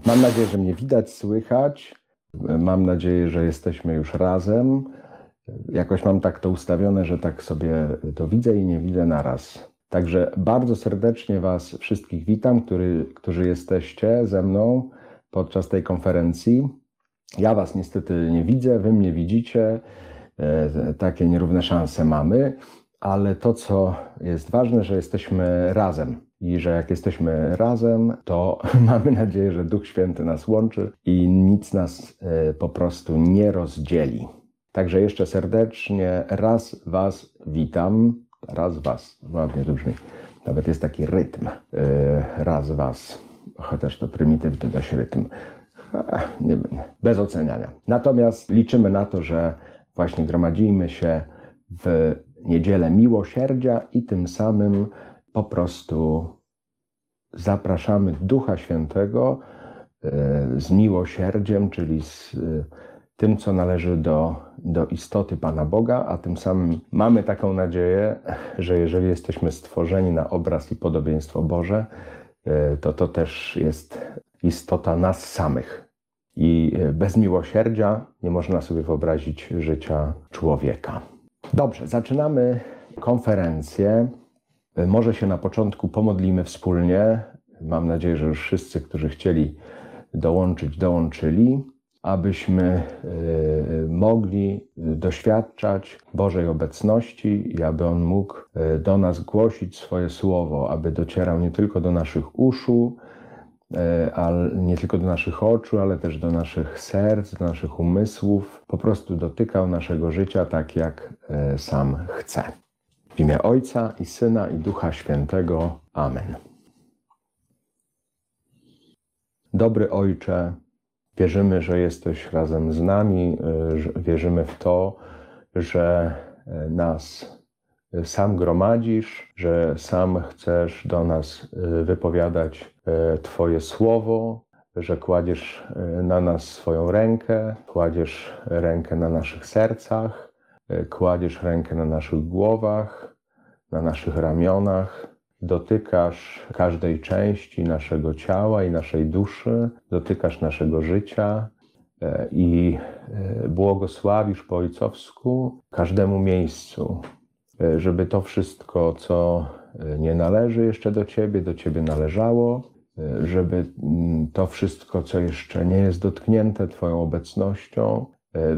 Mam nadzieję, że mnie widać, słychać. Mam nadzieję, że jesteśmy już razem. Jakoś mam tak to ustawione, że tak sobie to widzę i nie widzę naraz. Także bardzo serdecznie Was wszystkich witam, którzy jesteście ze mną podczas tej konferencji. Ja Was niestety nie widzę, Wy mnie widzicie. Takie nierówne szanse mamy, ale to, co jest ważne, że jesteśmy razem. I że jak jesteśmy razem, to mamy nadzieję, że Duch Święty nas łączy i nic nas po prostu nie rozdzieli. Także jeszcze serdecznie raz Was witam. Raz Was, ładnie to brzmi. Nawet jest taki rytm. Raz Was, chociaż to prymityw dodać rytm. Nie, bez oceniania. Natomiast liczymy na to, że właśnie gromadzimy się w niedzielę miłosierdzia i tym samym po prostu zapraszamy Ducha Świętego z miłosierdziem, czyli z tym, co należy do istoty Pana Boga, a tym samym mamy taką nadzieję, że jeżeli jesteśmy stworzeni na obraz i podobieństwo Boże, to też jest istota nas samych. I bez miłosierdzia nie można sobie wyobrazić życia człowieka. Dobrze, zaczynamy konferencję. Może się na początku pomodlimy wspólnie. Mam nadzieję, że już wszyscy, którzy chcieli dołączyć, dołączyli, abyśmy mogli doświadczać Bożej obecności i aby On mógł do nas głosić swoje słowo, aby docierał nie tylko do naszych uszu, nie tylko do naszych oczu, ale też do naszych serc, do naszych umysłów. Po prostu dotykał naszego życia tak, jak sam chce. W imię Ojca i Syna i Ducha Świętego. Amen. Dobry Ojcze, wierzymy, że jesteś razem z nami, wierzymy w to, że nas sam gromadzisz, że sam chcesz do nas wypowiadać Twoje słowo, że kładziesz na nas swoją rękę, kładziesz rękę na naszych sercach, kładziesz rękę na naszych głowach, na naszych ramionach, dotykasz każdej części naszego ciała i naszej duszy, dotykasz naszego życia i błogosławisz po ojcowsku każdemu miejscu, żeby to wszystko, co nie należy jeszcze do Ciebie należało, żeby to wszystko, co jeszcze nie jest dotknięte Twoją obecnością,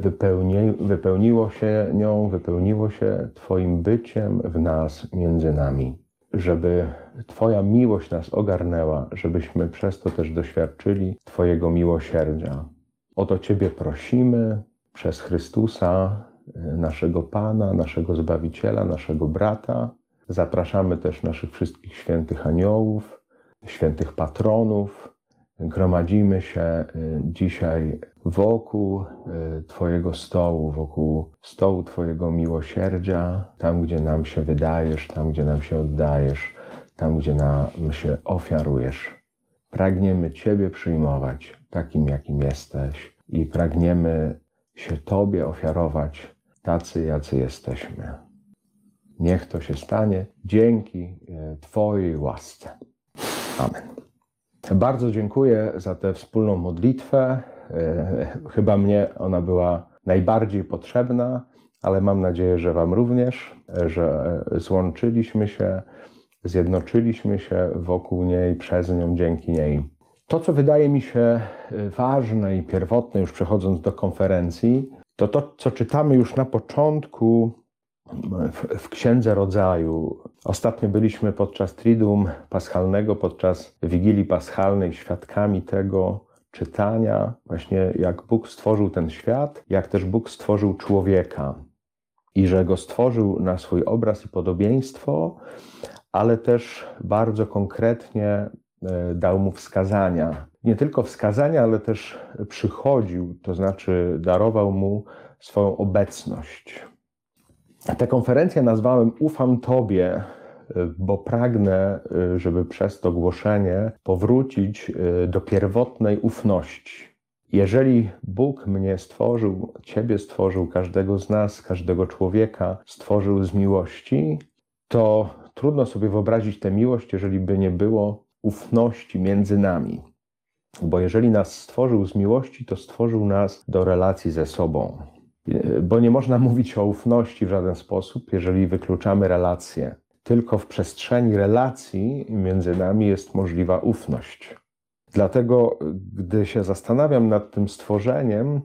wypełniło się nią, wypełniło się Twoim byciem w nas, między nami. Żeby Twoja miłość nas ogarnęła, żebyśmy przez to też doświadczyli Twojego miłosierdzia. O to Ciebie prosimy przez Chrystusa, naszego Pana, naszego Zbawiciela, naszego brata. Zapraszamy też naszych wszystkich świętych aniołów, świętych patronów. Gromadzimy się dzisiaj wokół Twojego stołu, wokół stołu Twojego miłosierdzia, tam, gdzie nam się wydajesz, tam, gdzie nam się oddajesz, tam, gdzie nam się ofiarujesz. Pragniemy Ciebie przyjmować takim, jakim jesteś i pragniemy się Tobie ofiarować tacy, jacy jesteśmy. Niech to się stanie dzięki Twojej łasce. Amen. Bardzo dziękuję za tę wspólną modlitwę. Chyba mnie ona była najbardziej potrzebna, ale mam nadzieję, że Wam również, że złączyliśmy się, zjednoczyliśmy się wokół niej, przez nią, dzięki niej. To, co wydaje mi się ważne i pierwotne, już przechodząc do konferencji, to to, co czytamy już na początku w Księdze Rodzaju. Ostatnio byliśmy podczas Triduum Paschalnego, podczas Wigilii Paschalnej świadkami tego czytania, właśnie jak Bóg stworzył ten świat, jak też Bóg stworzył człowieka i że go stworzył na swój obraz i podobieństwo, ale też bardzo konkretnie dał mu wskazania. Nie tylko wskazania, ale też przychodził, to znaczy darował mu swoją obecność. Tę konferencję nazwałem Ufam Tobie, bo pragnę, żeby przez to głoszenie powrócić do pierwotnej ufności. Jeżeli Bóg mnie stworzył, Ciebie stworzył, każdego z nas, każdego człowieka stworzył z miłości, to trudno sobie wyobrazić tę miłość, jeżeli by nie było ufności między nami. Bo jeżeli nas stworzył z miłości, to stworzył nas do relacji ze sobą. Bo nie można mówić o ufności w żaden sposób, jeżeli wykluczamy relacje. Tylko w przestrzeni relacji między nami jest możliwa ufność. Dlatego, gdy się zastanawiam nad tym stworzeniem,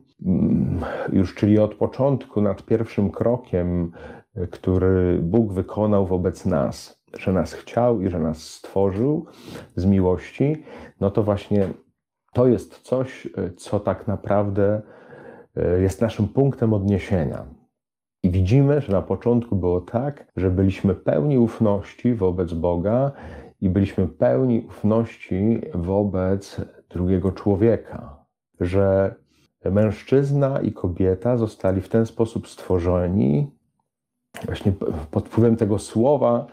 już czyli od początku, nad pierwszym krokiem, który Bóg wykonał wobec nas, że nas chciał i że nas stworzył z miłości, no to właśnie to jest coś, co tak naprawdę jest naszym punktem odniesienia. I widzimy, że na początku było tak, że byliśmy pełni ufności wobec Boga i byliśmy pełni ufności wobec drugiego człowieka. Że mężczyzna i kobieta zostali w ten sposób stworzeni, właśnie pod wpływem tego słowa,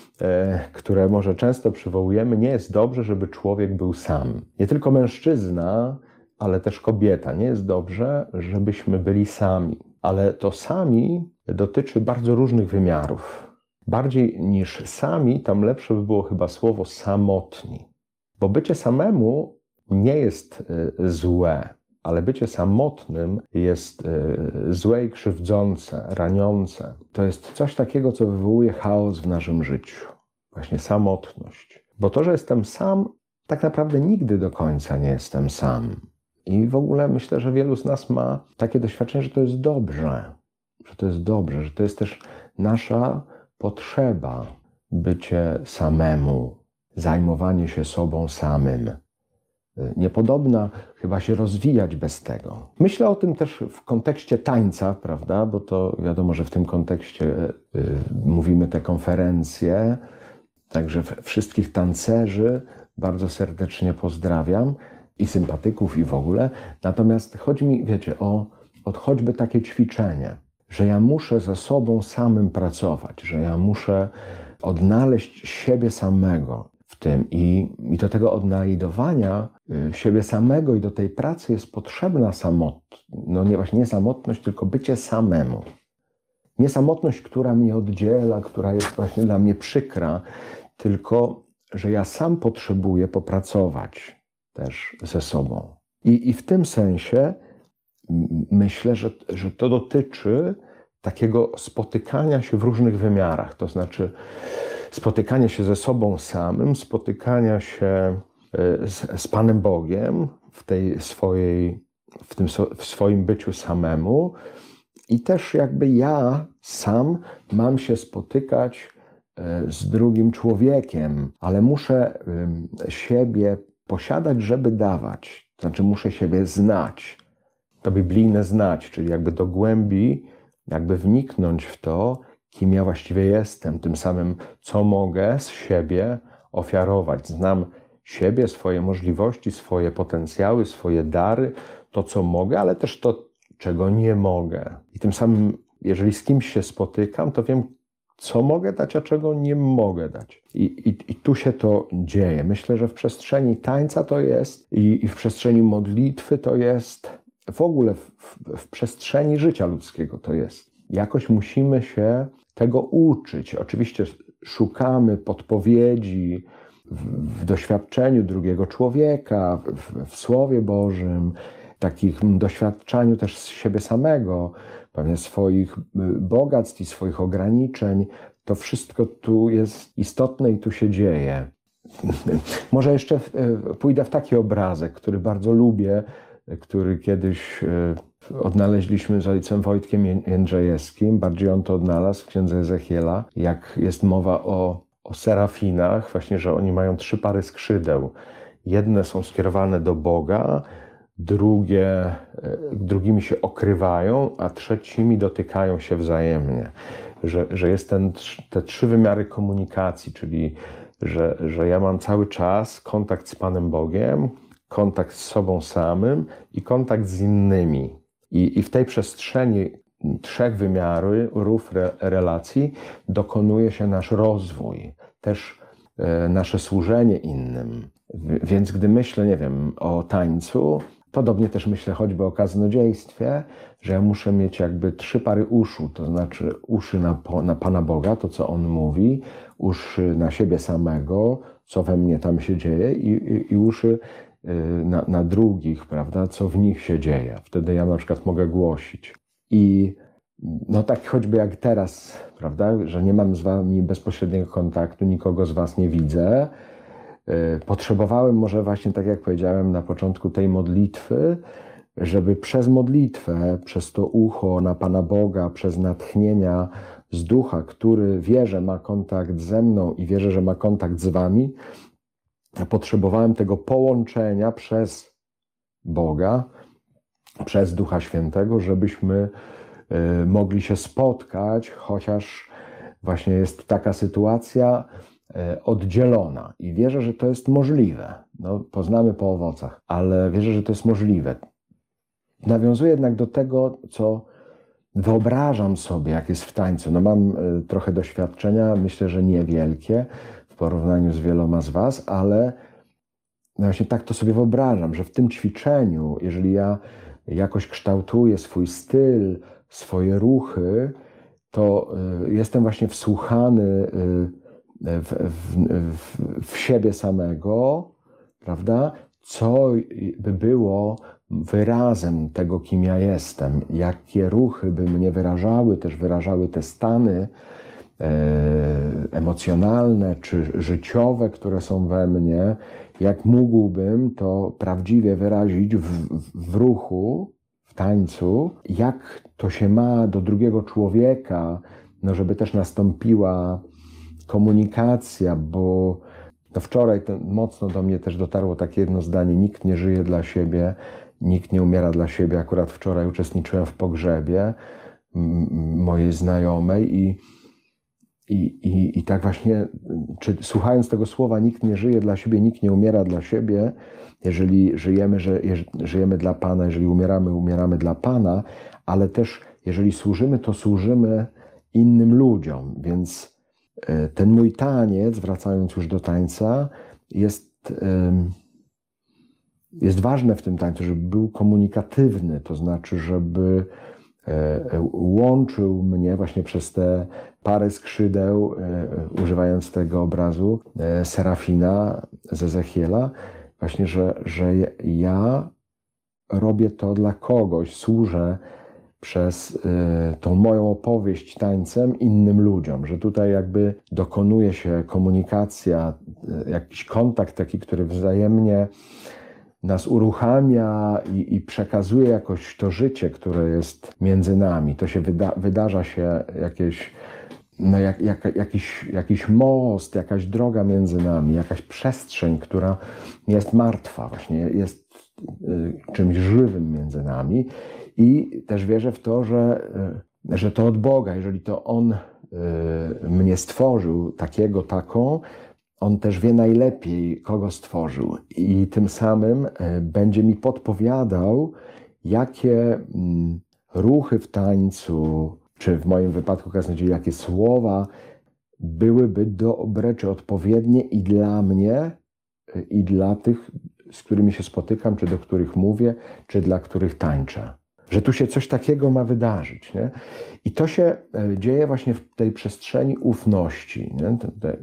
które może często przywołujemy, nie jest dobrze, żeby człowiek był sam. Nie tylko mężczyzna, ale też kobieta. Nie jest dobrze, żebyśmy byli sami. Ale to sami dotyczy bardzo różnych wymiarów. Bardziej niż sami, tam lepsze by było chyba słowo samotni. Bo bycie samemu nie jest złe, ale bycie samotnym jest złe i krzywdzące, raniące. To jest coś takiego, co wywołuje chaos w naszym życiu. Właśnie samotność. Bo to, że jestem sam, tak naprawdę nigdy do końca nie jestem sam. I w ogóle myślę, że wielu z nas ma takie doświadczenie, że to jest dobrze. Że to jest dobrze, że to jest też nasza potrzeba. Bycie samemu, zajmowanie się sobą samym. Niepodobna chyba się rozwijać bez tego. Myślę o tym też w kontekście tańca, prawda? Bo to wiadomo, że w tym kontekście mówimy te konferencje. Także wszystkich tancerzy bardzo serdecznie pozdrawiam i sympatyków i w ogóle. Natomiast chodzi mi, wiecie, o choćby takie ćwiczenie, że ja muszę ze sobą samym pracować, że ja muszę odnaleźć siebie samego w tym i do tego odnajdowania siebie samego i do tej pracy jest potrzebna właśnie nie samotność, tylko bycie samemu. Nie samotność, która mnie oddziela, która jest właśnie dla mnie przykra, tylko że ja sam potrzebuję popracować też ze sobą. I w tym sensie myślę, że to dotyczy takiego spotykania się w różnych wymiarach, to znaczy spotykania się ze sobą samym, spotykania się z Panem Bogiem w swoim byciu samemu i też jakby ja sam mam się spotykać z drugim człowiekiem, ale muszę siebie posiadać, żeby dawać. To znaczy muszę siebie znać. To biblijne znać, czyli jakby do głębi, jakby wniknąć w to, kim ja właściwie jestem, tym samym, co mogę z siebie ofiarować. Znam siebie, swoje możliwości, swoje potencjały, swoje dary, to, co mogę, ale też to, czego nie mogę. I tym samym, jeżeli z kimś się spotykam, to wiem, co mogę dać, a czego nie mogę dać. I tu się to dzieje. Myślę, że w przestrzeni tańca to jest i w przestrzeni modlitwy to jest, w ogóle w przestrzeni życia ludzkiego to jest. Jakoś musimy się tego uczyć. Oczywiście szukamy podpowiedzi w doświadczeniu drugiego człowieka, w Słowie Bożym, takim doświadczaniu też z siebie samego, pewnie swoich bogactw i swoich ograniczeń. To wszystko tu jest istotne i tu się dzieje. Może jeszcze pójdę w taki obrazek, który bardzo lubię, który kiedyś odnaleźliśmy z ojcem Wojtkiem Jędrzejewskim. Bardziej on to odnalazł w księdze Ezechiela, jak jest mowa o serafinach, właśnie, że oni mają 3 pary skrzydeł. Jedne są skierowane do Boga, drugimi się okrywają, a trzecimi dotykają się wzajemnie. Że jest te 3 wymiary komunikacji, czyli że ja mam cały czas kontakt z Panem Bogiem, kontakt z sobą samym i kontakt z innymi. I w tej przestrzeni 3 wymiarów relacji dokonuje się nasz rozwój, też nasze służenie innym. Więc gdy myślę, nie wiem, o tańcu, podobnie też myślę choćby o kaznodziejstwie, że ja muszę mieć jakby 3 pary uszu, to znaczy uszy na Pana Boga, to co On mówi, uszy na siebie samego, co we mnie tam się dzieje i uszy na drugich, prawda, co w nich się dzieje. Wtedy ja na przykład mogę głosić. I no tak choćby jak teraz, prawda, że nie mam z wami bezpośredniego kontaktu, nikogo z was nie widzę. Potrzebowałem może właśnie, tak jak powiedziałem na początku, tej modlitwy, żeby przez modlitwę, przez to ucho na Pana Boga, przez natchnienia z Ducha, który wierzę ma kontakt ze mną i wierzę, że ma kontakt z wami, potrzebowałem tego połączenia przez Boga, przez Ducha Świętego, żebyśmy mogli się spotkać, chociaż właśnie jest taka sytuacja oddzielona. I wierzę, że to jest możliwe. No, poznamy po owocach, ale wierzę, że to jest możliwe. Nawiązuję jednak do tego, co wyobrażam sobie, jak jest w tańcu. No mam trochę doświadczenia, myślę, że niewielkie w porównaniu z wieloma z was, ale no właśnie tak to sobie wyobrażam, że w tym ćwiczeniu, jeżeli ja jakoś kształtuję swój styl, swoje ruchy, to jestem właśnie wsłuchany w siebie samego, prawda? Co by było wyrazem tego, kim ja jestem, jakie ruchy by mnie wyrażały, też wyrażały te stany emocjonalne czy życiowe, które są we mnie, jak mógłbym to prawdziwie wyrazić w ruchu, w tańcu, jak to się ma do drugiego człowieka, no żeby też nastąpiła komunikacja, bo no wczoraj to mocno do mnie też dotarło takie jedno zdanie: nikt nie żyje dla siebie, nikt nie umiera dla siebie. Akurat wczoraj uczestniczyłem w pogrzebie mojej znajomej i tak właśnie, czy słuchając tego słowa, nikt nie żyje dla siebie, nikt nie umiera dla siebie, jeżeli żyjemy, żyjemy dla Pana, jeżeli umieramy, umieramy dla Pana, ale też jeżeli służymy, to służymy innym ludziom, więc ten mój taniec, wracając już do tańca, jest ważne w tym tańcu, żeby był komunikatywny, to znaczy, żeby łączył mnie właśnie przez te parę skrzydeł, używając tego obrazu Serafina z Ezechiela, właśnie, że ja robię to dla kogoś, służę przez tą moją opowieść tańcem innym ludziom, że tutaj jakby dokonuje się komunikacja, jakiś kontakt taki, który wzajemnie nas uruchamia i przekazuje jakoś to życie, które jest między nami. To się wydarza się jakieś, no jakiś most, jakaś droga między nami, jakaś przestrzeń, która jest martwa, właśnie jest czymś żywym między nami. I też wierzę w to, że to od Boga, jeżeli to On mnie stworzył takiego, taką, On też wie najlepiej, kogo stworzył i tym samym będzie mi podpowiadał, jakie ruchy w tańcu, czy w moim wypadku kaznodzieje, jakie słowa byłyby dobre, czy odpowiednie i dla mnie, i dla tych, z którymi się spotykam, czy do których mówię, czy dla których tańczę. Że tu się coś takiego ma wydarzyć. Nie? I to się dzieje właśnie w tej przestrzeni ufności. Nie?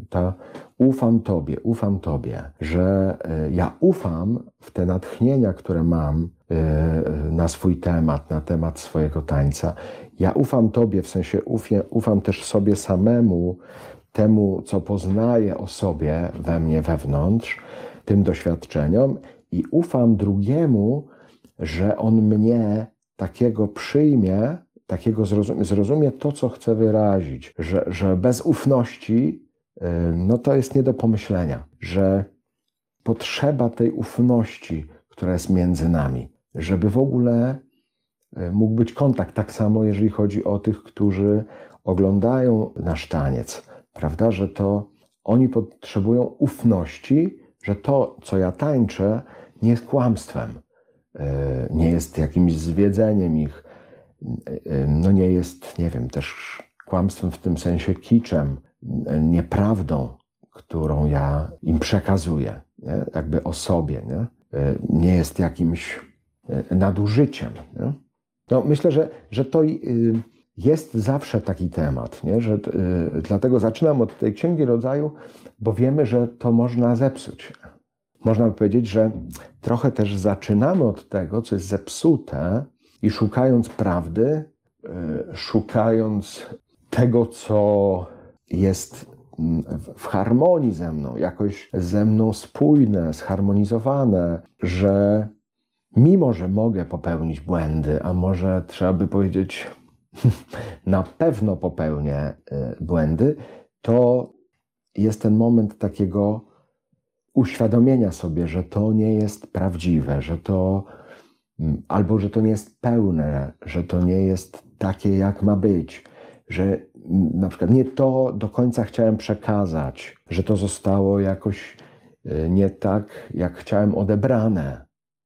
Ufam Tobie, że ja ufam w te natchnienia, które mam na swój temat, na temat swojego tańca. Ja ufam Tobie, w sensie ufam też sobie samemu, temu, co poznaję o sobie we mnie wewnątrz, tym doświadczeniom i ufam drugiemu, że on mnie takiego przyjmie, takiego zrozumie to, co chcę wyrazić, że bez ufności, no to jest nie do pomyślenia, że potrzeba tej ufności, która jest między nami, żeby w ogóle mógł być kontakt, tak samo jeżeli chodzi o tych, którzy oglądają nasz taniec, prawda, że to oni potrzebują ufności, że to, co ja tańczę, nie jest kłamstwem, nie jest jakimś zwiedzeniem ich, no nie jest, nie wiem, też kłamstwem w tym sensie kiczem, nieprawdą, którą ja im przekazuję, nie? Jakby o sobie, nie jest jakimś nadużyciem. Nie? No, myślę, że to jest zawsze taki temat, nie? Że, dlatego zaczynam od tej Księgi Rodzaju, bo wiemy, że to można zepsuć. można by powiedzieć, że trochę też zaczynamy od tego, co jest zepsute i szukając prawdy, szukając tego, co jest w harmonii ze mną, jakoś ze mną spójne, zharmonizowane, że mimo, że mogę popełnić błędy, a może trzeba by powiedzieć, na pewno popełnię błędy, to jest ten moment takiego uświadomienia sobie, że to nie jest prawdziwe, że to albo że to nie jest pełne, że to nie jest takie, jak ma być, że na przykład nie to do końca chciałem przekazać, że to zostało jakoś nie tak, jak chciałem odebrane,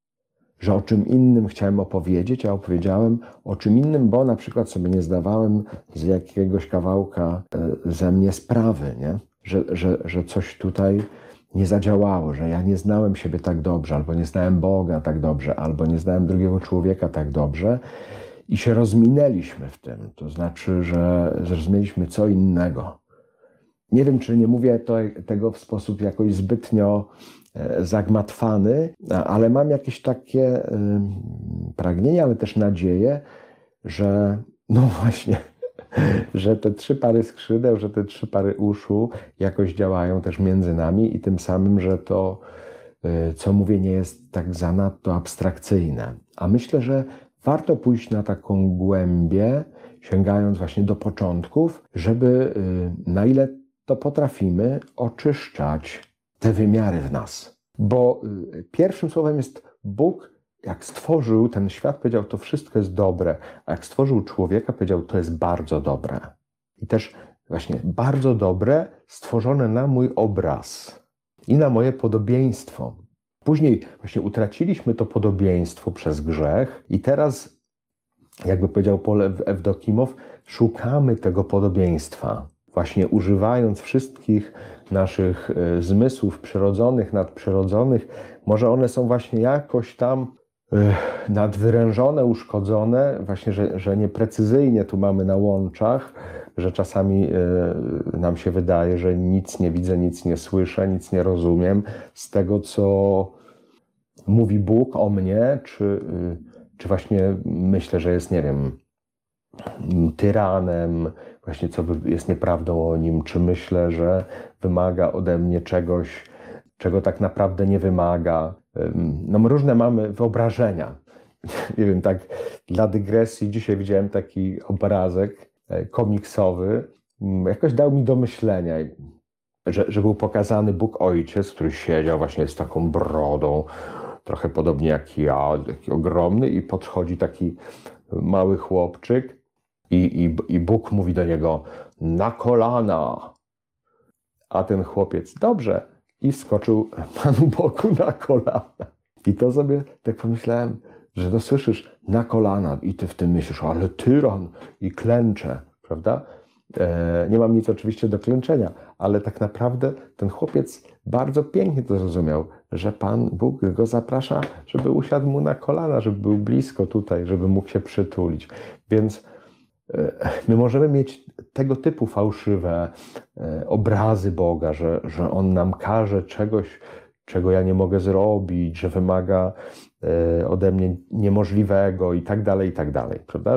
że o czym innym chciałem opowiedzieć, a opowiedziałem o czym innym, bo na przykład sobie nie zdawałem z jakiegoś kawałka ze mnie sprawy, nie? Że coś tutaj nie zadziałało, że ja nie znałem siebie tak dobrze, albo nie znałem Boga tak dobrze, albo nie znałem drugiego człowieka tak dobrze i się rozminęliśmy w tym. To znaczy, że zrozumieliśmy co innego. Nie wiem, czy nie mówię tego w sposób jakoś zbytnio zagmatwany, ale mam jakieś takie pragnienie, ale też nadzieję, że no właśnie, że te 3 pary skrzydeł, że te 3 pary uszu jakoś działają też między nami i tym samym, że to, co mówię, nie jest tak zanadto abstrakcyjne. A myślę, że warto pójść na taką głębię, sięgając właśnie do początków, żeby na ile to potrafimy oczyszczać te wymiary w nas. Bo pierwszym słowem jest Bóg, jak stworzył ten świat, powiedział, to wszystko jest dobre, a jak stworzył człowieka, powiedział, to jest bardzo dobre. I też właśnie bardzo dobre, stworzone na mój obraz i na moje podobieństwo. Później właśnie utraciliśmy to podobieństwo przez grzech i teraz, jakby powiedział Paul Ewdokimow, szukamy tego podobieństwa. Właśnie używając wszystkich naszych zmysłów przyrodzonych, nadprzyrodzonych, może one są właśnie jakoś tam nadwyrężone, uszkodzone, właśnie, że nieprecyzyjnie tu mamy na łączach, że czasami nam się wydaje, że nic nie widzę, nic nie słyszę, nic nie rozumiem z tego, co mówi Bóg o mnie, czy właśnie myślę, że jest, nie wiem, tyranem, właśnie co jest nieprawdą o nim, czy myślę, że wymaga ode mnie czegoś, czego tak naprawdę nie wymaga. No różne mamy wyobrażenia. Nie wiem, tak dla dygresji, dzisiaj widziałem taki obrazek komiksowy, jakoś dał mi do myślenia, że był pokazany Bóg Ojciec, który siedział właśnie z taką brodą, trochę podobnie jak ja, taki ogromny, i podchodzi taki mały chłopczyk i Bóg mówi do niego: na kolana. A ten chłopiec: dobrze. I wskoczył Panu Bogu na kolana. I to sobie tak pomyślałem, że to słyszysz na kolana i ty w tym myślisz: ale tyran, i klęczę, prawda? Nie mam nic oczywiście do klęczenia, ale tak naprawdę ten chłopiec bardzo pięknie to zrozumiał, że Pan Bóg go zaprasza, żeby usiadł mu na kolana, żeby był blisko tutaj, żeby mógł się przytulić. Więc my możemy mieć tego typu fałszywe obrazy Boga, że On nam każe czegoś, czego ja nie mogę zrobić, że wymaga ode mnie niemożliwego i tak dalej, prawda?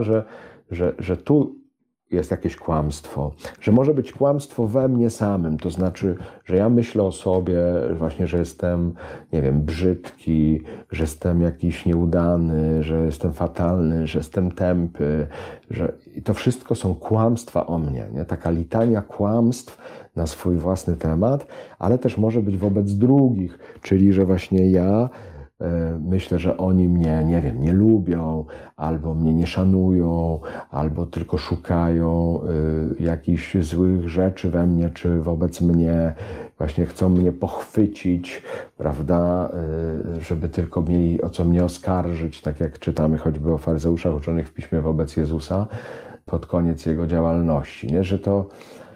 Że tu jest jakieś kłamstwo, że może być kłamstwo we mnie samym, to znaczy, że ja myślę o sobie właśnie, że jestem, nie wiem, brzydki, że jestem jakiś nieudany, że jestem fatalny, że jestem tępy, że i to wszystko są kłamstwa o mnie, nie? Taka litania kłamstw na swój własny temat, ale też może być wobec drugich, czyli że właśnie ja myślę, że oni mnie, nie wiem, nie lubią, albo mnie nie szanują, albo tylko szukają jakichś złych rzeczy we mnie, czy wobec mnie, właśnie chcą mnie pochwycić, prawda, żeby tylko mieli o co mnie oskarżyć, tak jak czytamy choćby o faryzeuszach uczonych w Piśmie wobec Jezusa pod koniec Jego działalności, nie? Że to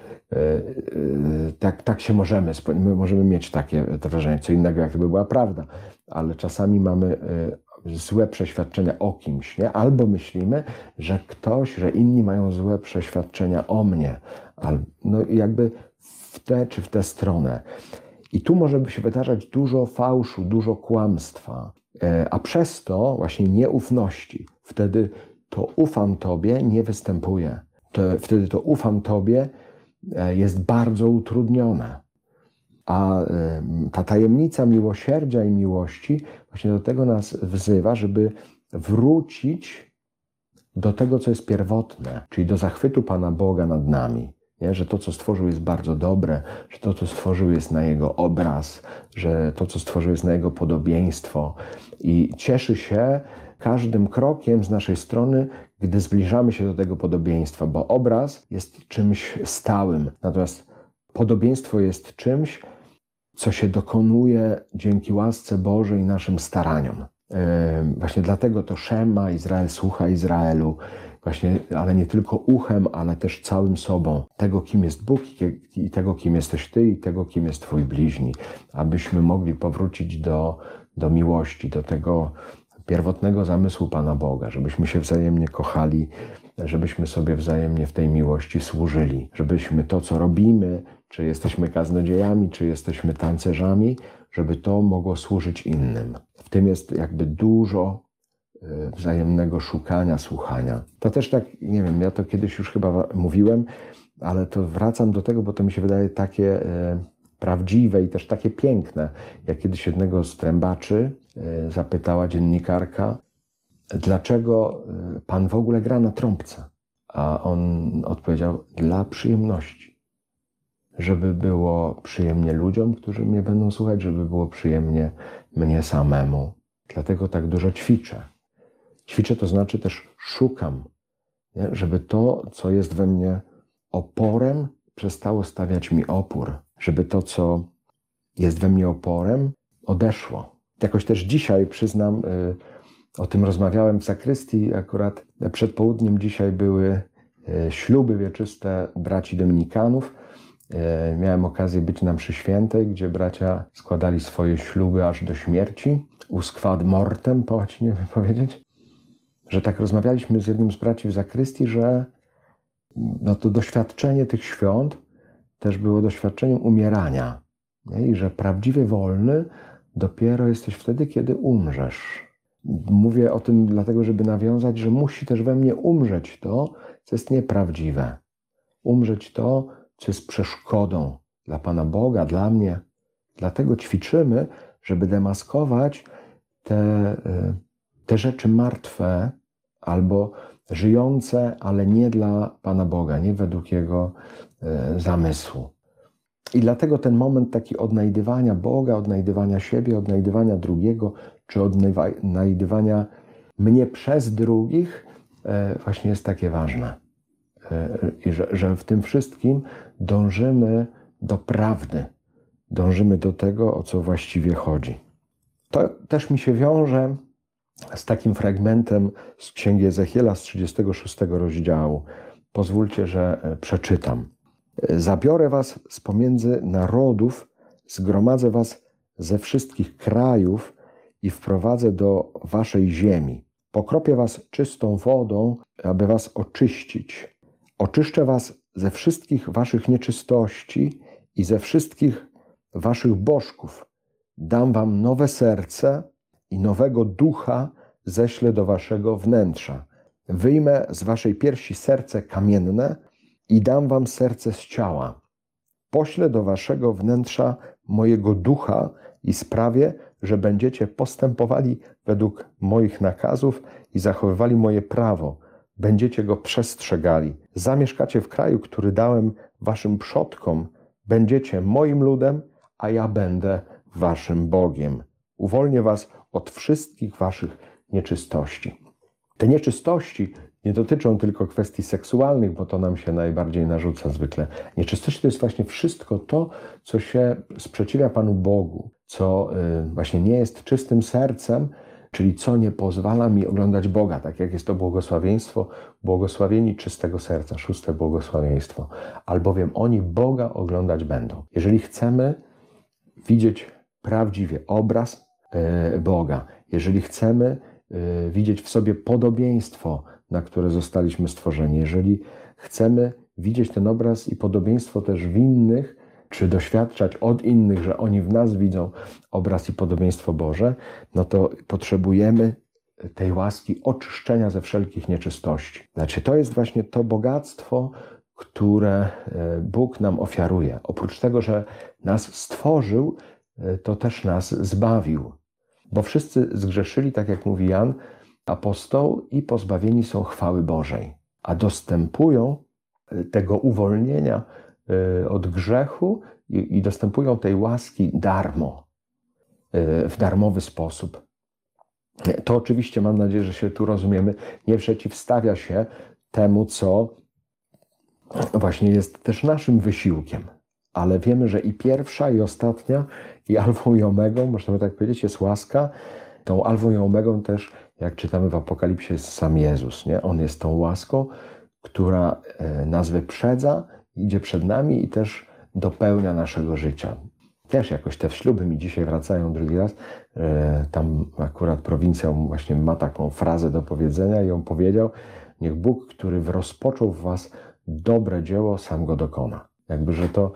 tak się my możemy mieć takie wrażenie, co innego, jak gdyby była prawda, ale czasami mamy złe przeświadczenia o kimś, nie? Albo myślimy, że że inni mają złe przeświadczenia o mnie, no jakby w tę czy w tę stronę. I tu może by się wydarzać dużo fałszu, dużo kłamstwa, a przez to właśnie nieufności. Wtedy to ufam Tobie nie występuje. Wtedy to ufam Tobie jest bardzo utrudnione. A ta tajemnica miłosierdzia i miłości właśnie do tego nas wzywa, żeby wrócić do tego, co jest pierwotne, czyli do zachwytu Pana Boga nad nami. Nie? Że to, co stworzył, jest bardzo dobre, że to, co stworzył, jest na Jego obraz, że to, co stworzył, jest na Jego podobieństwo. I cieszy się każdym krokiem z naszej strony, gdy zbliżamy się do tego podobieństwa, bo obraz jest czymś stałym, natomiast podobieństwo jest czymś, co się dokonuje dzięki łasce Bożej i naszym staraniom. Właśnie dlatego to Szema, Izrael, słucha Izraelu, właśnie, ale nie tylko uchem, ale też całym sobą. Tego, kim jest Bóg i tego, kim jesteś Ty i tego, kim jest Twój bliźni. Abyśmy mogli powrócić do miłości, do tego pierwotnego zamysłu Pana Boga, żebyśmy się wzajemnie kochali, żebyśmy sobie wzajemnie w tej miłości służyli, żebyśmy to, co robimy, czy jesteśmy kaznodziejami, czy jesteśmy tancerzami, żeby to mogło służyć innym. W tym jest jakby dużo wzajemnego szukania, słuchania. To też tak, nie wiem, ja to kiedyś już chyba mówiłem, ale to wracam do tego, bo to mi się wydaje takie prawdziwe i też takie piękne. Jak kiedyś jednego z trębaczy zapytała dziennikarka, dlaczego pan w ogóle gra na trąbce? A on odpowiedział, dla przyjemności. Żeby było przyjemnie ludziom, którzy mnie będą słuchać, żeby było przyjemnie mnie samemu. Dlatego tak dużo ćwiczę. Ćwiczę to znaczy też szukam, nie? Żeby to, co jest we mnie oporem, przestało stawiać mi opór. Żeby to, co jest we mnie oporem, odeszło. Jakoś też dzisiaj, przyznam, o tym rozmawiałem w zakrystii, akurat przed południem dzisiaj były śluby wieczyste braci dominikanów. Miałem okazję być na mszy świętej, gdzie bracia składali swoje śluby aż do śmierci, usquad mortem, po łacinie by powiedzieć. Że tak rozmawialiśmy z jednym z braci w zakrystii, że no to doświadczenie tych świąt też było doświadczeniem umierania. Nie? I że prawdziwie wolny dopiero jesteś wtedy, kiedy umrzesz. Mówię o tym dlatego, żeby nawiązać, że musi też we mnie umrzeć to, co jest nieprawdziwe. Umrzeć to, co jest przeszkodą dla Pana Boga, dla mnie. Dlatego ćwiczymy, żeby demaskować te rzeczy martwe albo żyjące, ale nie dla Pana Boga, nie według Jego zamysłu. I dlatego ten moment taki odnajdywania Boga, odnajdywania siebie, odnajdywania drugiego, czy odnajdywania mnie przez drugich właśnie jest takie ważne. I że w tym wszystkim dążymy do prawdy, dążymy do tego, o co właściwie chodzi. To też mi się wiąże z takim fragmentem z Księgi Ezechiela z 36 rozdziału. Pozwólcie, że przeczytam. Zabiorę was z pomiędzy narodów, zgromadzę was ze wszystkich krajów i wprowadzę do waszej ziemi. Pokropię was czystą wodą, aby was oczyścić. Oczyszczę was ze wszystkich waszych nieczystości i ze wszystkich waszych bożków. Dam wam nowe serce i nowego ducha ześlę do waszego wnętrza. Wyjmę z waszej piersi serce kamienne i dam wam serce z ciała. Poślę do waszego wnętrza mojego ducha i sprawię, że będziecie postępowali według moich nakazów i zachowywali moje prawo. Będziecie go przestrzegali. Zamieszkacie w kraju, który dałem waszym przodkom. Będziecie moim ludem, a ja będę waszym Bogiem. Uwolnię was od wszystkich waszych nieczystości. Te nieczystości nie dotyczą tylko kwestii seksualnych, bo to nam się najbardziej narzuca zwykle. Nieczystości to jest właśnie wszystko to, co się sprzeciwia Panu Bogu, co właśnie nie jest czystym sercem, czyli co nie pozwala mi oglądać Boga, tak jak jest to błogosławieństwo, błogosławieni czystego serca, 6. błogosławieństwo, albowiem oni Boga oglądać będą. Jeżeli chcemy widzieć prawdziwie obraz Boga, jeżeli chcemy widzieć w sobie podobieństwo, na które zostaliśmy stworzeni, jeżeli chcemy widzieć ten obraz i podobieństwo też w innych, czy doświadczać od innych, że oni w nas widzą obraz i podobieństwo Boże, no to potrzebujemy tej łaski oczyszczenia ze wszelkich nieczystości. Znaczy, to jest właśnie to bogactwo, które Bóg nam ofiaruje. Oprócz tego, że nas stworzył, to też nas zbawił. Bo wszyscy zgrzeszyli, tak jak mówi Jan, apostoł, i pozbawieni są chwały Bożej, a dostępują tego uwolnienia od grzechu i dostępują tej łaski darmo, w darmowy sposób. To oczywiście, mam nadzieję, że się tu rozumiemy, nie przeciwstawia się temu, co właśnie jest też naszym wysiłkiem. Ale wiemy, że i pierwsza, i ostatnia, i alfą i omegą, można by tak powiedzieć, jest łaska. Tą alfą i omegą też, jak czytamy w Apokalipsie, jest sam Jezus. Nie? On jest tą łaską, która nas wyprzedza, idzie przed nami i też dopełnia naszego życia. Też jakoś te śluby mi dzisiaj wracają drugi raz. Tam akurat prowincjał właśnie ma taką frazę do powiedzenia i on powiedział: niech Bóg, który rozpoczął w was dobre dzieło, sam go dokona. Jakby, że to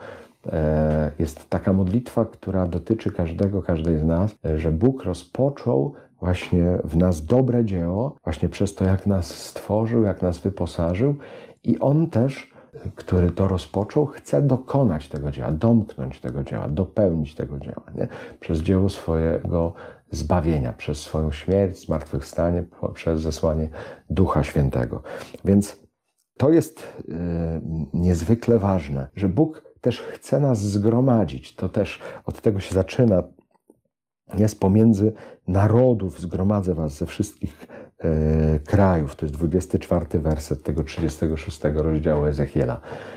jest taka modlitwa, która dotyczy każdej z nas, że Bóg rozpoczął właśnie w nas dobre dzieło, właśnie przez to, jak nas stworzył, jak nas wyposażył, i On też, który to rozpoczął, chce dokonać tego dzieła, domknąć tego dzieła, dopełnić tego dzieła, nie? Przez dzieło swojego zbawienia, przez swoją śmierć, zmartwychwstanie, przez zesłanie Ducha Świętego. Więc to jest niezwykle ważne, że Bóg też chce nas zgromadzić. To też od tego się zaczyna. Jest pomiędzy narodów, zgromadzę was ze wszystkich krajów. To jest 24 werset tego 36 rozdziału Ezechiela.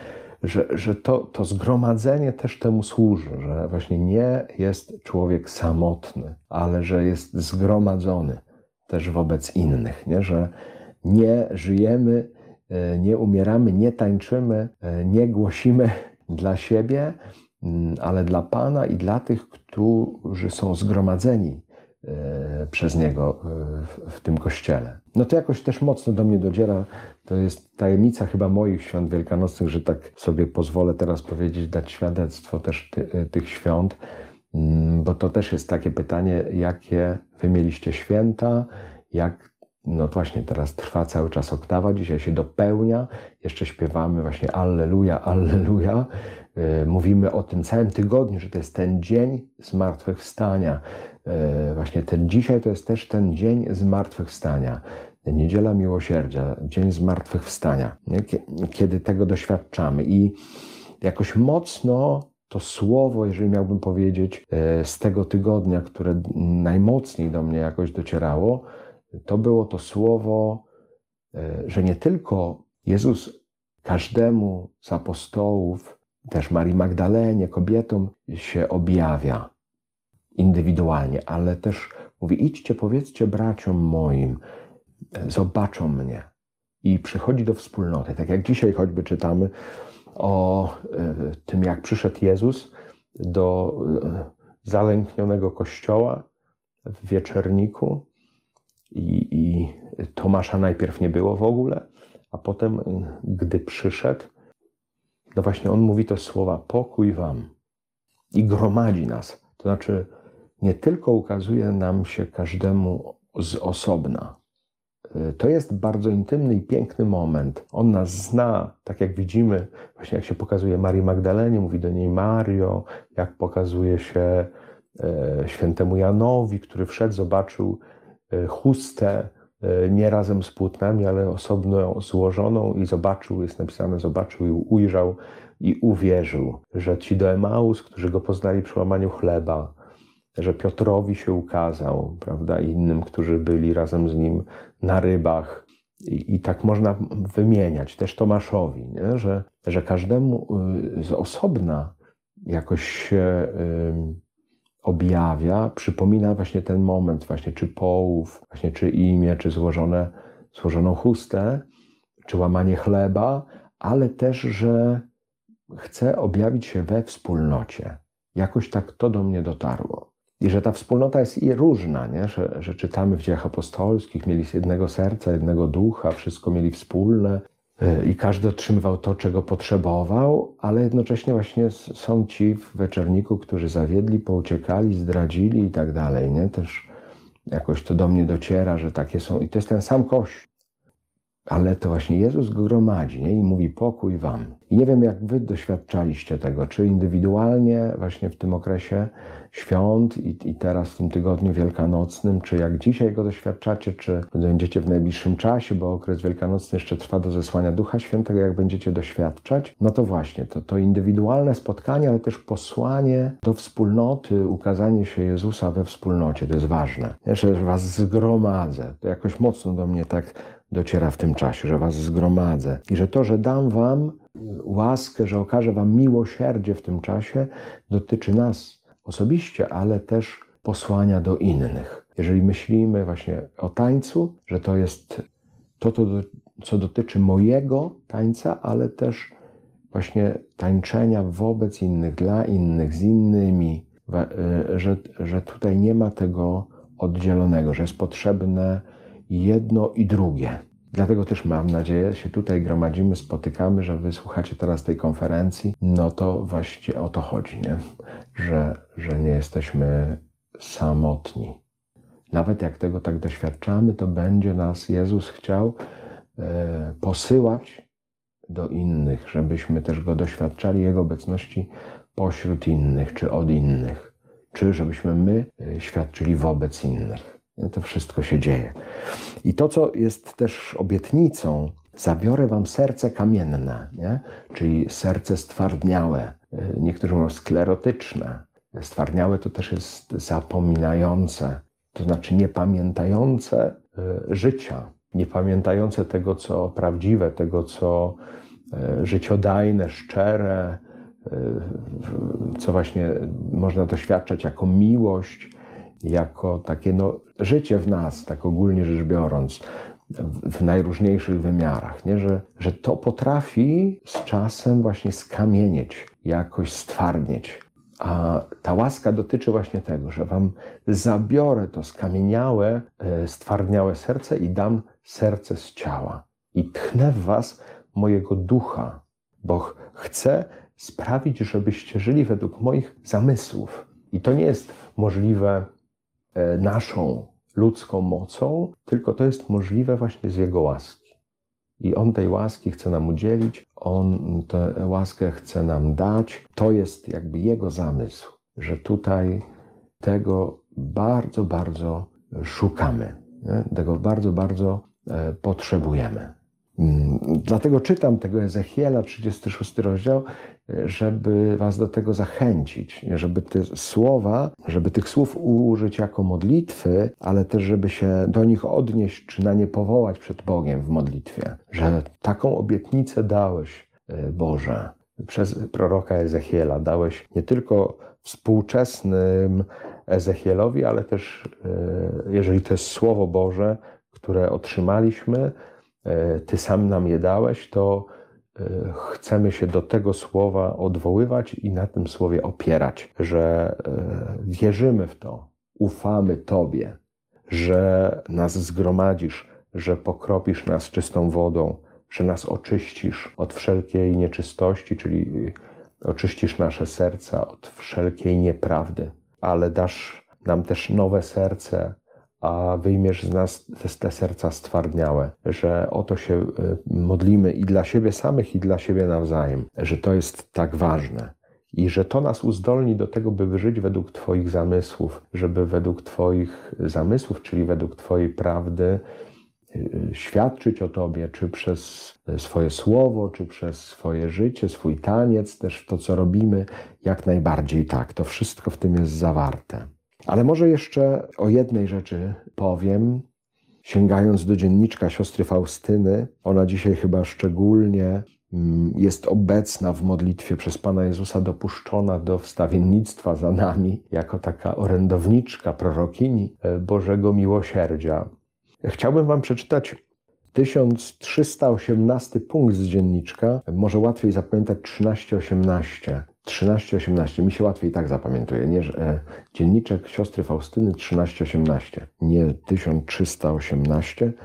Że to zgromadzenie też temu służy, że właśnie nie jest człowiek samotny, ale że jest zgromadzony też wobec innych, nie? Że nie żyjemy, nie umieramy, nie tańczymy, nie głosimy dla siebie, ale dla Pana i dla tych, którzy są zgromadzeni przez Niego w tym Kościele. No to jakoś też mocno do mnie dociera. To jest tajemnica chyba moich świąt wielkanocnych, że tak sobie pozwolę teraz powiedzieć, dać świadectwo też tych świąt, bo to też jest takie pytanie, jakie wy mieliście święta, jak no właśnie teraz trwa cały czas oktawa, dzisiaj się dopełnia, jeszcze śpiewamy właśnie Alleluja, Alleluja. Mówimy o tym całym tygodniu, że to jest ten dzień zmartwychwstania. Właśnie ten dzisiaj to jest też ten dzień zmartwychwstania. Niedziela Miłosierdzia, dzień zmartwychwstania, nie? Kiedy tego doświadczamy. I jakoś mocno to słowo, jeżeli miałbym powiedzieć, z tego tygodnia, które najmocniej do mnie jakoś docierało, to było to słowo, że nie tylko Jezus każdemu z apostołów, też Marii Magdalenie, kobietom się objawia indywidualnie, ale też mówi: idźcie, powiedzcie braciom moim, zobaczą mnie. I przychodzi do wspólnoty. Tak jak dzisiaj choćby czytamy o tym, jak przyszedł Jezus do zalęknionego kościoła w Wieczerniku, i Tomasza najpierw nie było w ogóle, a potem, gdy przyszedł, no właśnie on mówi te słowa: pokój wam, i gromadzi nas. To znaczy nie tylko ukazuje nam się każdemu z osobna. To jest bardzo intymny i piękny moment. On nas zna, tak jak widzimy, właśnie jak się pokazuje Marii Magdalenie, mówi do niej Mario, jak pokazuje się świętemu Janowi, który wszedł, zobaczył chustę, nie razem z płótnami, ale osobno złożoną, i zobaczył, jest napisane, zobaczył i ujrzał i uwierzył, że ci do Emaus, którzy go poznali przy łamaniu chleba, że Piotrowi się ukazał, prawda, i innym, którzy byli razem z nim na rybach. I tak można wymieniać, też Tomaszowi, nie? Że każdemu z osobna jakoś się objawia, przypomina właśnie ten moment, właśnie czy połów, właśnie czy imię, czy złożoną chustę, czy łamanie chleba, ale też, że chce objawić się we wspólnocie. Jakoś tak to do mnie dotarło. I że ta wspólnota jest i różna, nie? Że czytamy w Dziejach Apostolskich, mieli jednego serca, jednego ducha, wszystko mieli wspólne. i każdy otrzymywał to, czego potrzebował, ale jednocześnie właśnie są ci w Wieczerniku, którzy zawiedli, pouciekali, zdradzili i tak dalej, nie? Też jakoś to do mnie dociera, że takie są, i to jest ten sam Kościół. Ale to właśnie Jezus go gromadzi, nie? I mówi pokój wam. I nie wiem, jak wy doświadczaliście tego, czy indywidualnie właśnie w tym okresie świąt i teraz w tym tygodniu wielkanocnym, czy jak dzisiaj go doświadczacie, czy będziecie w najbliższym czasie, bo okres wielkanocny jeszcze trwa do zesłania Ducha Świętego, jak będziecie doświadczać, no to właśnie, to indywidualne spotkanie, ale też posłanie do wspólnoty, ukazanie się Jezusa we wspólnocie, to jest ważne. Że was zgromadzę, to jakoś mocno do mnie tak dociera w tym czasie, że was zgromadzę i że to, że dam wam łaskę, że okażę wam miłosierdzie w tym czasie, dotyczy nas osobiście, ale też posłania do innych. Jeżeli myślimy właśnie o tańcu, że to jest to, co dotyczy mojego tańca, ale też właśnie tańczenia wobec innych, dla innych, z innymi, że tutaj nie ma tego oddzielonego, że jest potrzebne jedno i drugie. Dlatego też mam nadzieję, się tutaj gromadzimy, spotykamy, że wy słuchacie teraz tej konferencji. No to właściwie o to chodzi, nie? Że nie jesteśmy samotni. Nawet jak tego tak doświadczamy, to będzie nas Jezus chciał posyłać do innych, żebyśmy też Go doświadczali, Jego obecności pośród innych, czy od innych, czy żebyśmy my świadczyli wobec innych. To wszystko się dzieje. I to, co jest też obietnicą, zabiorę wam serce kamienne, nie? Czyli serce stwardniałe. Niektórzy mówią sklerotyczne. Stwardniałe to też jest zapominające, to znaczy niepamiętające życia, niepamiętające tego, co prawdziwe, tego, co życiodajne, szczere, co właśnie można doświadczać jako miłość, jako takie życie w nas, tak ogólnie rzecz biorąc, w najróżniejszych wymiarach, nie? Że to potrafi z czasem właśnie skamienieć, jakoś stwardnieć. A ta łaska dotyczy właśnie tego, że wam zabiorę to skamieniałe, stwardniałe serce i dam serce z ciała. I tchnę w was mojego ducha, bo chcę sprawić, żebyście żyli według moich zamysłów. I to nie jest możliwe naszą ludzką mocą, tylko to jest możliwe właśnie z Jego łaski. I On tej łaski chce nam udzielić, On tę łaskę chce nam dać. To jest jakby Jego zamysł, że tutaj tego bardzo, bardzo szukamy, nie? Tego bardzo, bardzo potrzebujemy. Dlatego czytam tego Ezechiela, 36 rozdział, żeby was do tego zachęcić, żeby tych słów użyć jako modlitwy, ale też żeby się do nich odnieść, czy na nie powołać przed Bogiem w modlitwie. Że taką obietnicę dałeś, Boże, przez proroka Ezechiela. Dałeś nie tylko współczesnym Ezechielowi, ale też, jeżeli to jest Słowo Boże, które otrzymaliśmy, Ty sam nam je dałeś, to chcemy się do tego słowa odwoływać i na tym słowie opierać, że wierzymy w to, ufamy Tobie, że nas zgromadzisz, że pokropisz nas czystą wodą, że nas oczyścisz od wszelkiej nieczystości, czyli oczyścisz nasze serca od wszelkiej nieprawdy, ale dasz nam też nowe serce, a wyjmiesz z nas te serca stwardniałe, że o to się modlimy i dla siebie samych, i dla siebie nawzajem, że to jest tak ważne i że to nas uzdolni do tego, by żyć według Twoich zamysłów, żeby według Twoich zamysłów, czyli według Twojej prawdy świadczyć o Tobie, czy przez swoje słowo, czy przez swoje życie, swój taniec, też to, co robimy, jak najbardziej tak. To wszystko w tym jest zawarte. Ale może jeszcze o jednej rzeczy powiem, sięgając do dzienniczka siostry Faustyny. Ona dzisiaj chyba szczególnie jest obecna w modlitwie, przez Pana Jezusa dopuszczona do wstawiennictwa za nami, jako taka orędowniczka, prorokini Bożego Miłosierdzia. Chciałbym wam przeczytać 1318 punkt z dzienniczka, może łatwiej zapamiętać 1318. 1318, mi się łatwiej tak zapamiętuje, nie, że dzienniczek siostry Faustyny 1318, nie 1318,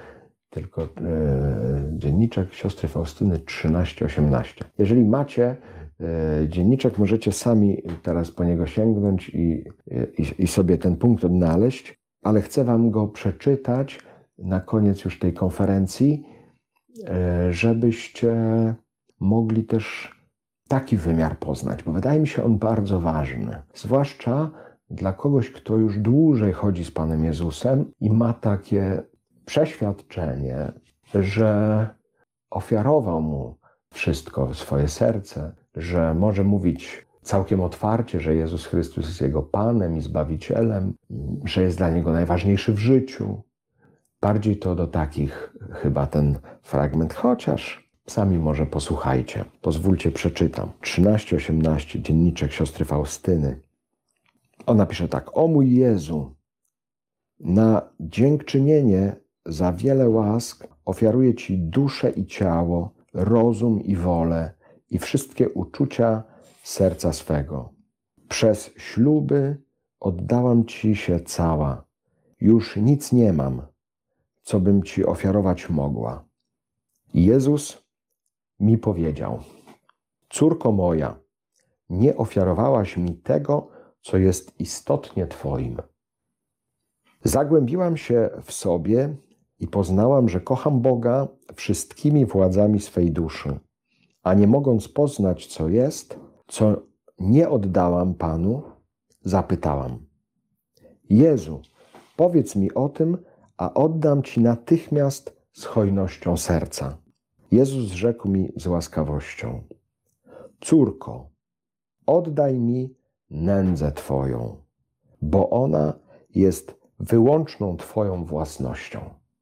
tylko dzienniczek siostry Faustyny 1318. Jeżeli macie dzienniczek, możecie sami teraz po niego sięgnąć i sobie ten punkt odnaleźć, ale chcę wam go przeczytać na koniec już tej konferencji, żebyście mogli też taki wymiar poznać, bo wydaje mi się on bardzo ważny. Zwłaszcza dla kogoś, kto już dłużej chodzi z Panem Jezusem i ma takie przeświadczenie, że ofiarował Mu wszystko, swoje serce, że może mówić całkiem otwarcie, że Jezus Chrystus jest Jego Panem i Zbawicielem, że jest dla Niego najważniejszy w życiu. Bardziej to do takich chyba ten fragment, chociaż sami może posłuchajcie. Pozwólcie, przeczytam. 13:18, dzienniczek siostry Faustyny. Ona pisze tak: o mój Jezu, na dziękczynienie za wiele łask ofiaruję Ci duszę i ciało, rozum i wolę i wszystkie uczucia serca swego. Przez śluby oddałam Ci się cała. Już nic nie mam, co bym Ci ofiarować mogła. I Jezus mi powiedział: córko moja, nie ofiarowałaś mi tego, co jest istotnie Twoim. Zagłębiłam się w sobie i poznałam, że kocham Boga wszystkimi władzami swej duszy, a nie mogąc poznać, co jest, co nie oddałam Panu, zapytałam: Jezu, powiedz mi o tym, a oddam Ci natychmiast z hojnością serca. Jezus rzekł mi z łaskawością: córko, oddaj mi nędzę Twoją, bo ona jest wyłączną Twoją własnością.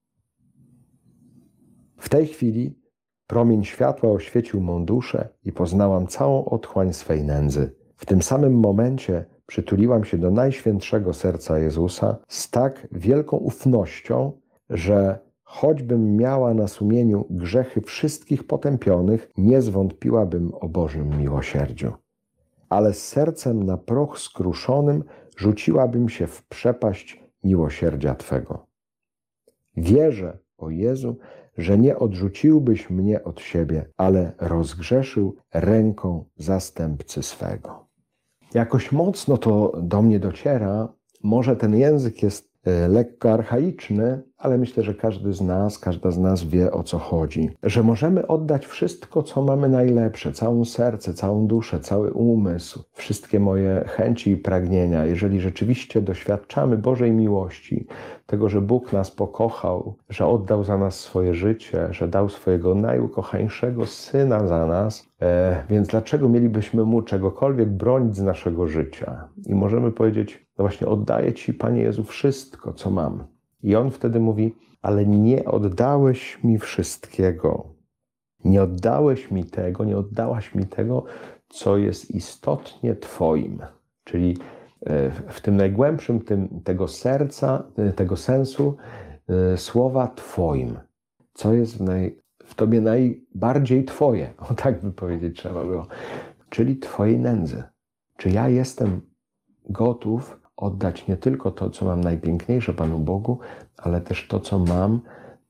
W tej chwili promień światła oświecił mą duszę i poznałam całą otchłań swej nędzy. W tym samym momencie przytuliłam się do Najświętszego Serca Jezusa z tak wielką ufnością, że choćbym miała na sumieniu grzechy wszystkich potępionych, nie zwątpiłabym o Bożym miłosierdziu. Ale z sercem na proch skruszonym rzuciłabym się w przepaść miłosierdzia Twego. Wierzę, o Jezu, że nie odrzuciłbyś mnie od siebie, ale rozgrzeszył ręką zastępcy swego. Jakoś mocno to do mnie dociera. Może ten język jest lekko archaiczny, ale myślę, że każda z nas wie, o co chodzi. Że możemy oddać wszystko, co mamy najlepsze, całą serce, całą duszę, cały umysł, wszystkie moje chęci i pragnienia. Jeżeli rzeczywiście doświadczamy Bożej miłości, tego, że Bóg nas pokochał, że oddał za nas swoje życie, że dał swojego najukochańszego Syna za nas, więc dlaczego mielibyśmy Mu czegokolwiek bronić z naszego życia? I możemy powiedzieć: no właśnie, oddaję Ci, Panie Jezu, wszystko, co mam. I On wtedy mówi: ale nie oddałeś mi wszystkiego. Nie oddałeś mi tego, nie oddałaś mi tego, co jest istotnie Twoim. Czyli w tym najgłębszym tego serca, tego sensu słowa Twoim. Co jest w Tobie najbardziej Twoje. O tak by powiedzieć trzeba było. Czyli Twojej nędzy. Czy ja jestem gotów oddać nie tylko to, co mam najpiękniejsze Panu Bogu, ale też to, co mam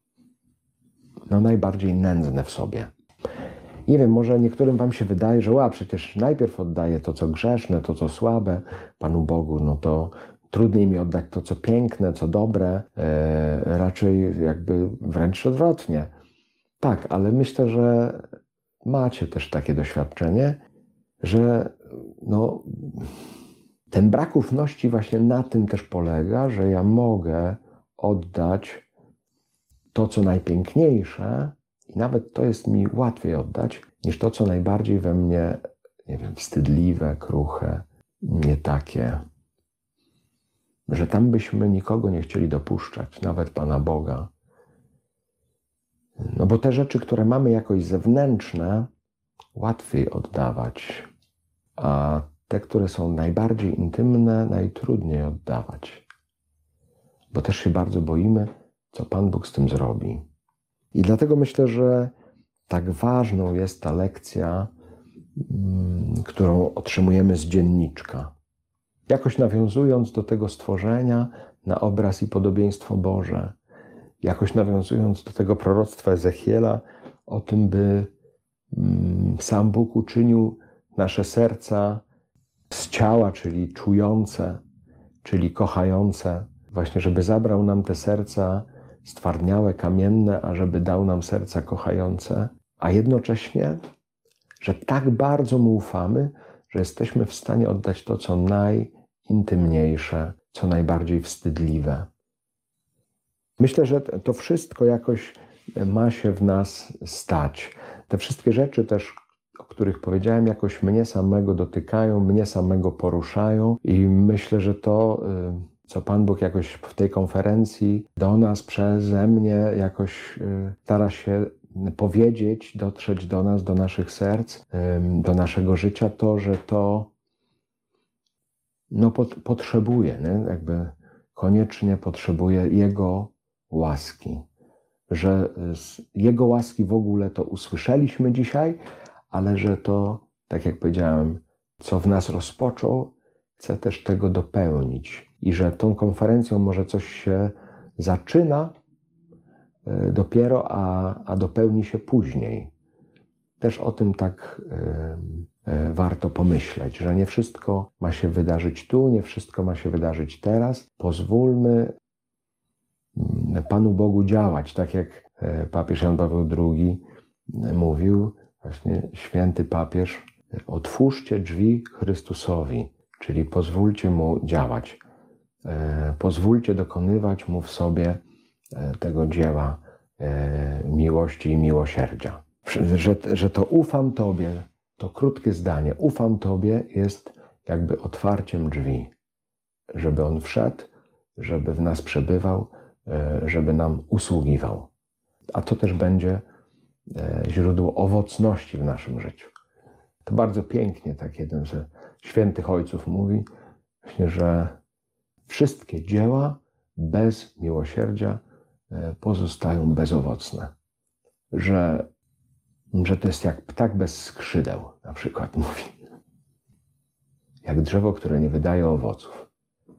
najbardziej nędzne w sobie. Nie wiem, może niektórym wam się wydaje, że przecież najpierw oddaję to, co grzeszne, to, co słabe Panu Bogu, no to trudniej mi oddać to, co piękne, co dobre, raczej jakby wręcz odwrotnie. Tak, ale myślę, że macie też takie doświadczenie, że ten brak ufności właśnie na tym też polega, że ja mogę oddać to, co najpiękniejsze i nawet to jest mi łatwiej oddać, niż to, co najbardziej we mnie, nie wiem, wstydliwe, kruche, nie takie. Że tam byśmy nikogo nie chcieli dopuszczać, nawet Pana Boga. No bo te rzeczy, które mamy jakoś zewnętrzne, łatwiej oddawać, a te, które są najbardziej intymne, najtrudniej oddawać. Bo też się bardzo boimy, co Pan Bóg z tym zrobi. I dlatego myślę, że tak ważną jest ta lekcja, którą otrzymujemy z dzienniczka. Jakoś nawiązując do tego stworzenia na obraz i podobieństwo Boże, jakoś nawiązując do tego proroctwa Ezechiela, o tym, by sam Bóg uczynił nasze serca z ciała, czyli czujące, czyli kochające, właśnie żeby zabrał nam te serca stwardniałe, kamienne, a żeby dał nam serca kochające, a jednocześnie, że tak bardzo Mu ufamy, że jesteśmy w stanie oddać to, co najintymniejsze, co najbardziej wstydliwe. Myślę, że to wszystko jakoś ma się w nas stać. Te wszystkie rzeczy też, o których powiedziałem, jakoś mnie samego dotykają, mnie samego poruszają i myślę, że to, co Pan Bóg jakoś w tej konferencji do nas, przeze mnie jakoś stara się powiedzieć, dotrzeć do nas, do naszych serc, do naszego życia, to, że to potrzebuje, nie? Jakby koniecznie potrzebuje Jego łaski. Że z Jego łaski w ogóle to usłyszeliśmy dzisiaj, ale że to, tak jak powiedziałem, co w nas rozpoczął, chce też tego dopełnić. I że tą konferencją może coś się zaczyna dopiero, a dopełni się później. Też o tym tak warto pomyśleć, że nie wszystko ma się wydarzyć tu, nie wszystko ma się wydarzyć teraz. Pozwólmy Panu Bogu działać, tak jak papież Jan Paweł II mówił, właśnie święty papież, otwórzcie drzwi Chrystusowi, czyli pozwólcie Mu działać, pozwólcie dokonywać Mu w sobie tego dzieła miłości i miłosierdzia. Że to ufam Tobie, to krótkie zdanie, ufam Tobie jest jakby otwarciem drzwi, żeby On wszedł, żeby w nas przebywał, żeby nam usługiwał. A to też będzie źródło owocności w naszym życiu. To bardzo pięknie, tak jeden ze świętych ojców mówi, właśnie, że wszystkie dzieła bez miłosierdzia pozostają bezowocne. Że to jest jak ptak bez skrzydeł, na przykład mówi. Jak drzewo, które nie wydaje owoców.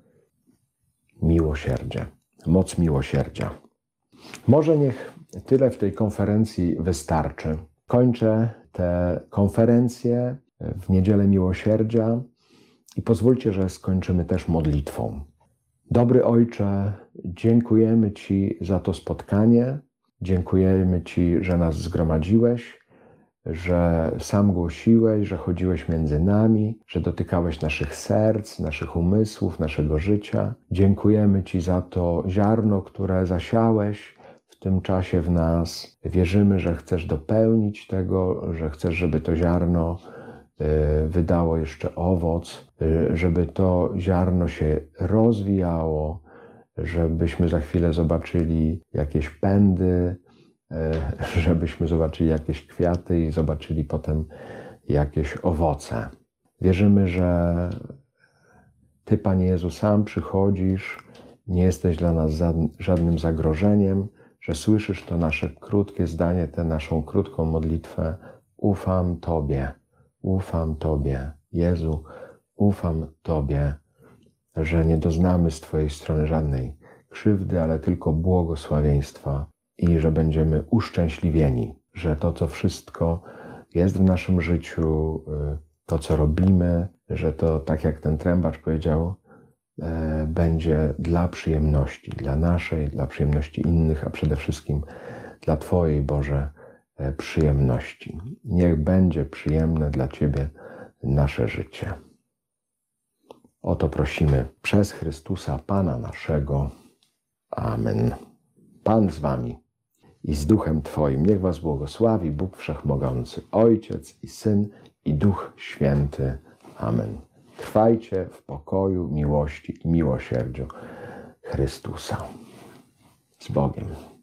Miłosierdzie. Moc miłosierdzia. Może niech tyle w tej konferencji wystarczy. Kończę tę konferencję w Niedzielę Miłosierdzia i pozwólcie, że skończymy też modlitwą. Dobry Ojcze, dziękujemy Ci za to spotkanie. Dziękujemy Ci, że nas zgromadziłeś, że sam głosiłeś, że chodziłeś między nami, że dotykałeś naszych serc, naszych umysłów, naszego życia. Dziękujemy Ci za to ziarno, które zasiałeś w tym czasie w nas. Wierzymy, że chcesz dopełnić tego, że chcesz, żeby to ziarno wydało jeszcze owoc, żeby to ziarno się rozwijało, żebyśmy za chwilę zobaczyli jakieś pędy, żebyśmy zobaczyli jakieś kwiaty i zobaczyli potem jakieś owoce. Wierzymy, że Ty, Panie Jezu, sam przychodzisz, nie jesteś dla nas żadnym zagrożeniem, że słyszysz to nasze krótkie zdanie, tę naszą krótką modlitwę. Ufam Tobie, Jezu, ufam Tobie, że nie doznamy z Twojej strony żadnej krzywdy, ale tylko błogosławieństwa i że będziemy uszczęśliwieni, że to, co wszystko jest w naszym życiu, to, co robimy, że to, tak jak ten trębacz powiedział, będzie dla przyjemności, dla naszej, dla przyjemności innych, a przede wszystkim dla Twojej, Boże, przyjemności. Niech będzie przyjemne dla Ciebie nasze życie. O to prosimy przez Chrystusa, Pana naszego. Amen. Pan z Wami i z Duchem Twoim. Niech Was błogosławi Bóg Wszechmogący, Ojciec i Syn i Duch Święty. Amen. Trwajcie w pokoju, miłości i miłosierdziu Chrystusa. Z Bogiem.